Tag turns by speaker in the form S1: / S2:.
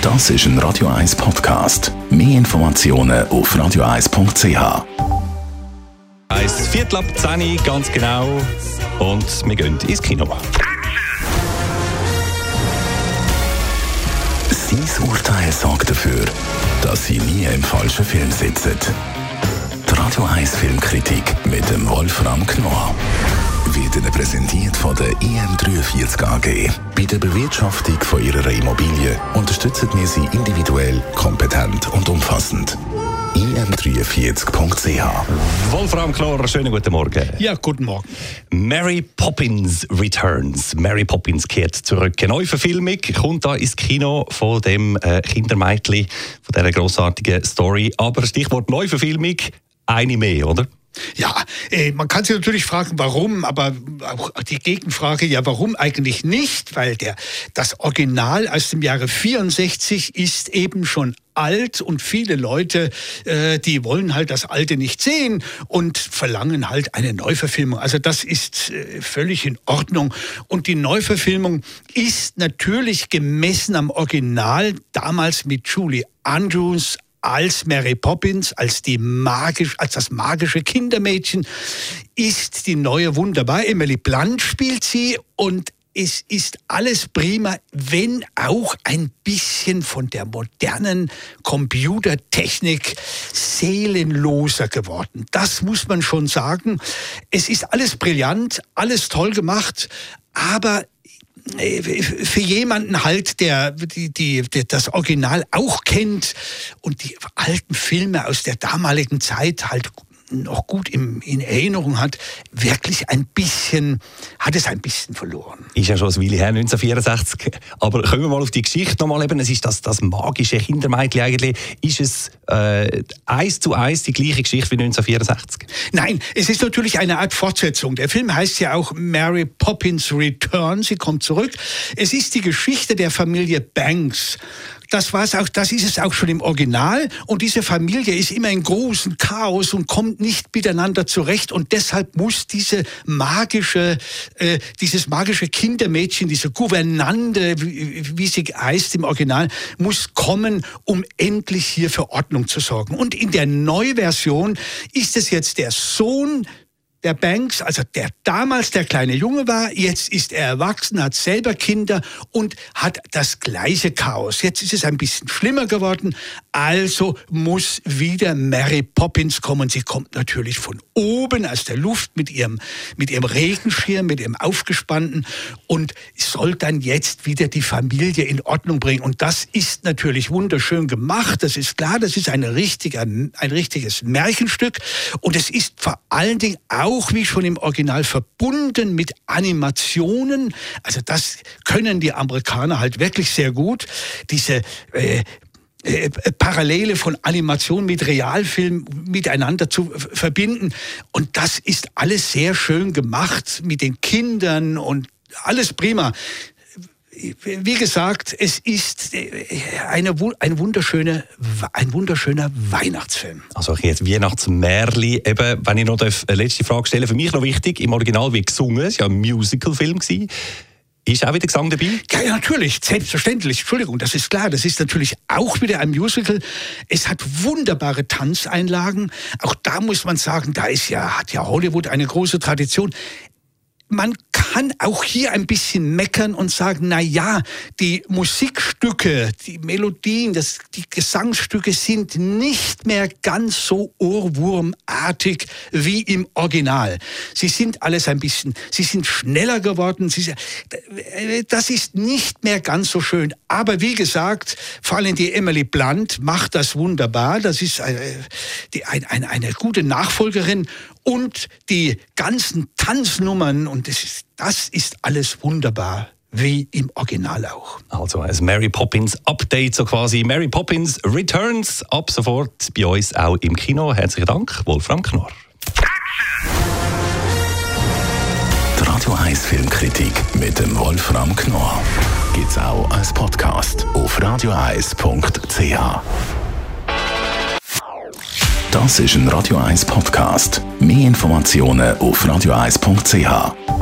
S1: Das ist ein Radio 1 Podcast. Mehr Informationen auf radio1.ch.
S2: 10:15, ganz genau. Und wir gehen ins Kino.
S1: Sein Urteil sorgt dafür, dass Sie nie im falschen Film sitzen. Die Radio 1 Filmkritik mit dem Wolfram Knorr wird Ihnen präsentiert von der IM43 AG. Bei der Bewirtschaftung von Ihrer Immobilie unterstützen wir Sie individuell, kompetent und umfassend. IM43.ch.
S2: Wolfram Knorr, schönen guten Morgen.
S3: Ja, guten Morgen.
S2: Mary Poppins Returns. Mary Poppins kehrt zurück. Eine Neuverfilmung kommt da ins Kino von dem Kindermädchen, von dieser grossartigen Story. Aber Stichwort Neuverfilmung, eine mehr, oder?
S3: Ja, man kann sich natürlich fragen, warum, aber auch die Gegenfrage, ja, warum eigentlich nicht? Weil das Original aus dem Jahre 64 ist eben schon alt und viele Leute, die wollen halt das Alte nicht sehen und verlangen halt eine Neuverfilmung. Also das ist völlig in Ordnung. Und die Neuverfilmung ist natürlich gemessen am Original, damals mit Julie Andrews, als Mary Poppins, als das magische Kindermädchen, ist die neue wunderbar. Emily Blunt spielt sie und es ist alles prima, wenn auch ein bisschen von der modernen Computertechnik seelenloser geworden. Das muss man schon sagen. Es ist alles brillant, alles toll gemacht, aber für jemanden halt, der das Original auch kennt und die alten Filme aus der damaligen Zeit halt noch gut in Erinnerung hat, wirklich hat es ein bisschen verloren.
S2: Ist ja schon eine Weile her, 1964. Aber kommen wir mal auf die Geschichte nochmal eben. Es ist das magische Kindermädchen eigentlich. Ist es 1:1 die gleiche Geschichte wie 1964?
S3: Nein, es ist natürlich eine Art Fortsetzung. Der Film heißt ja auch Mary Poppins Return. Sie kommt zurück. Es ist die Geschichte der Familie Banks. Das ist es auch schon im Original. Und diese Familie ist immer in großem Chaos und kommt nicht miteinander zurecht. Und deshalb muss dieses magische Kindermädchen, diese Gouvernante, wie sie heißt im Original, muss kommen, um endlich hier für Ordnung zu sorgen. Und in der Neuversion ist es jetzt der Sohn der Banks, also der damals der kleine Junge war, jetzt ist er erwachsen, hat selber Kinder und hat das gleiche Chaos. Jetzt ist es ein bisschen schlimmer geworden, also muss wieder Mary Poppins kommen. Sie kommt natürlich von oben aus der Luft mit ihrem Regenschirm, mit ihrem aufgespannten und soll dann jetzt wieder die Familie in Ordnung bringen. Und das ist natürlich wunderschön gemacht, das ist klar, das ist ein richtiges Märchenstück und es ist vor allen Dingen auch wie schon im Original verbunden mit Animationen. Also das können die Amerikaner halt wirklich sehr gut. Diese Parallele von Animation mit Realfilm miteinander zu verbinden. Und das ist alles sehr schön gemacht mit den Kindern und alles prima. Wie gesagt, es ist ein wunderschöner Weihnachtsfilm.
S2: Also jetzt Weihnachtsmärli. Eben, wenn ich noch eine letzte Frage stelle, für mich noch wichtig, im Original wird gesungen, es war ja ein Musical-Film gewesen. Ist auch wieder Gesang dabei?
S3: Ja, natürlich, selbstverständlich. Entschuldigung, das ist klar. Das ist natürlich auch wieder ein Musical. Es hat wunderbare Tanzeinlagen. Auch da muss man sagen, hat ja Hollywood eine große Tradition. Man kann auch hier ein bisschen meckern und sagen, na ja, die Musikstücke, die Melodien, die Gesangsstücke sind nicht mehr ganz so ohrwurmartig wie im Original. Sie sind schneller geworden. Das ist nicht mehr ganz so schön. Aber wie gesagt, vor allem die Emily Blunt macht das wunderbar. Das ist eine gute Nachfolgerin. Und die ganzen Tanznummern, und das ist alles wunderbar, wie im Original auch.
S2: Also ein Mary Poppins Update, so quasi. Mary Poppins Returns, ab sofort bei uns auch im Kino. Herzlichen Dank, Wolfram Knorr.
S1: Die Radio 1 Filmkritik mit dem Wolfram Knorr gibt's auch als Podcast auf radio1.ch. Das ist ein Radio 1 Podcast. Mehr Informationen auf radio1.ch.